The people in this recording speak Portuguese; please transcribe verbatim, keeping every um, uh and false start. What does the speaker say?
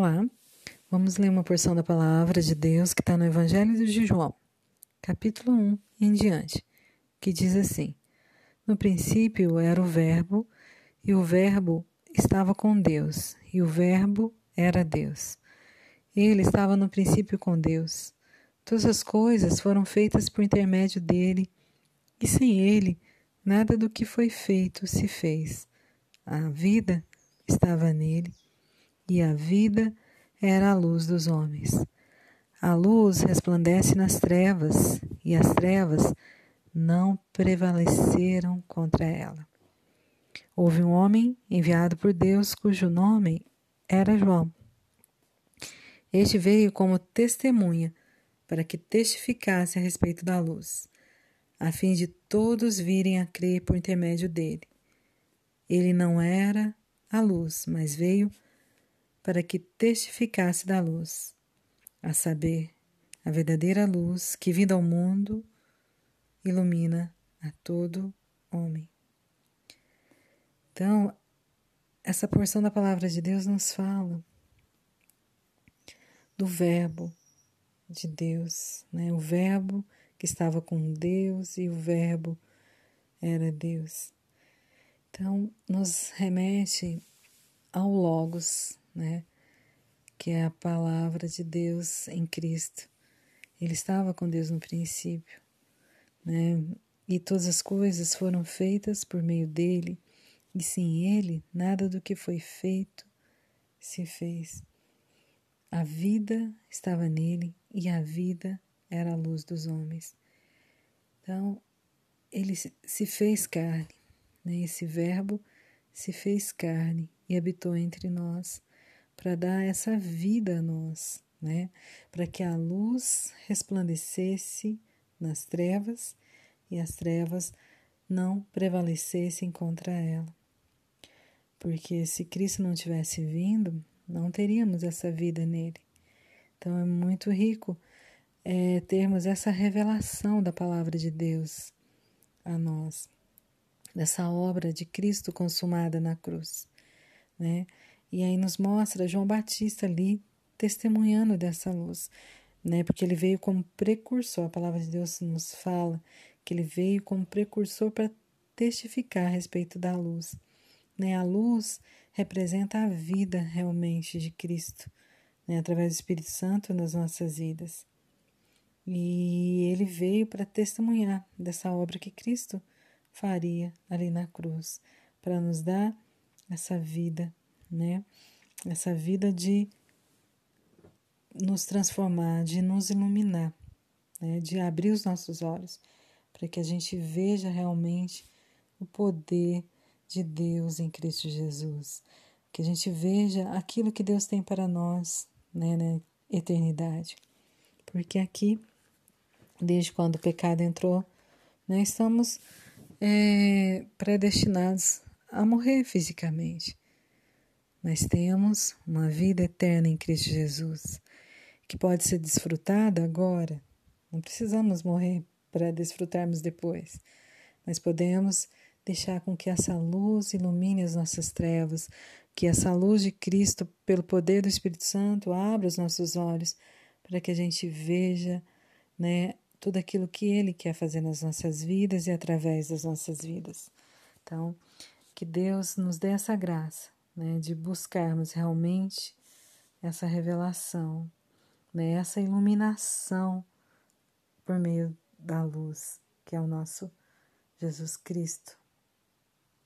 Olá, vamos ler uma porção da palavra de Deus que está no Evangelho de João, capítulo um em diante, que diz assim: No princípio era o Verbo, e o Verbo estava com Deus, e o Verbo era Deus. Ele estava no princípio com Deus. Todas as coisas foram feitas por intermédio dele, e sem ele, nada do que foi feito se fez. A vida estava nele, e a vida era a luz dos homens. A luz resplandece nas trevas, e as trevas não prevaleceram contra ela. Houve um homem enviado por Deus, cujo nome era João. Este veio como testemunha, para que testificasse a respeito da luz, a fim de todos virem a crer por intermédio dele. Ele não era a luz, mas veio para que testificasse da luz, a saber, a verdadeira luz que, vindo ao mundo, ilumina a todo homem. Então, essa porção da palavra de Deus nos fala do Verbo de Deus, né? O Verbo que estava com Deus e o Verbo era Deus. Então, nos remete ao Logos, né? Que é a palavra de Deus em Cristo. Ele estava com Deus no princípio, né? E todas as coisas foram feitas por meio dele, e sem ele, nada do que foi feito se fez. A vida estava nele, e a vida era a luz dos homens. Então, ele se fez carne, né? Esse Verbo se fez carne e habitou entre nós, para dar essa vida a nós, né? Para que a luz resplandecesse nas trevas e as trevas não prevalecessem contra ela. Porque se Cristo não tivesse vindo, não teríamos essa vida nele. Então é muito rico é, termos essa revelação da palavra de Deus a nós, dessa obra de Cristo consumada na cruz, né? E aí nos mostra João Batista ali testemunhando dessa luz, né? Porque ele veio como precursor. A palavra de Deus nos fala que ele veio como precursor para testificar a respeito da luz, né? A luz representa a vida realmente de Cristo, né? Através do Espírito Santo nas nossas vidas. E ele veio para testemunhar dessa obra que Cristo faria ali na cruz, para nos dar essa vida, né? Essa vida de nos transformar, de nos iluminar, né? De abrir os nossos olhos, para que a gente veja realmente o poder de Deus em Cristo Jesus, que a gente veja aquilo que Deus tem para nós, né, na eternidade. Porque aqui, desde quando o pecado entrou, nós estamos é, predestinados a morrer fisicamente. Mas temos uma vida eterna em Cristo Jesus, que pode ser desfrutada agora. Não precisamos morrer para desfrutarmos depois, mas podemos deixar com que essa luz ilumine as nossas trevas, que essa luz de Cristo, pelo poder do Espírito Santo, abra os nossos olhos para que a gente veja, né, tudo aquilo que Ele quer fazer nas nossas vidas e através das nossas vidas. Então, que Deus nos dê essa graça, né, de buscarmos realmente essa revelação, né, essa iluminação por meio da luz, que é o nosso Jesus Cristo,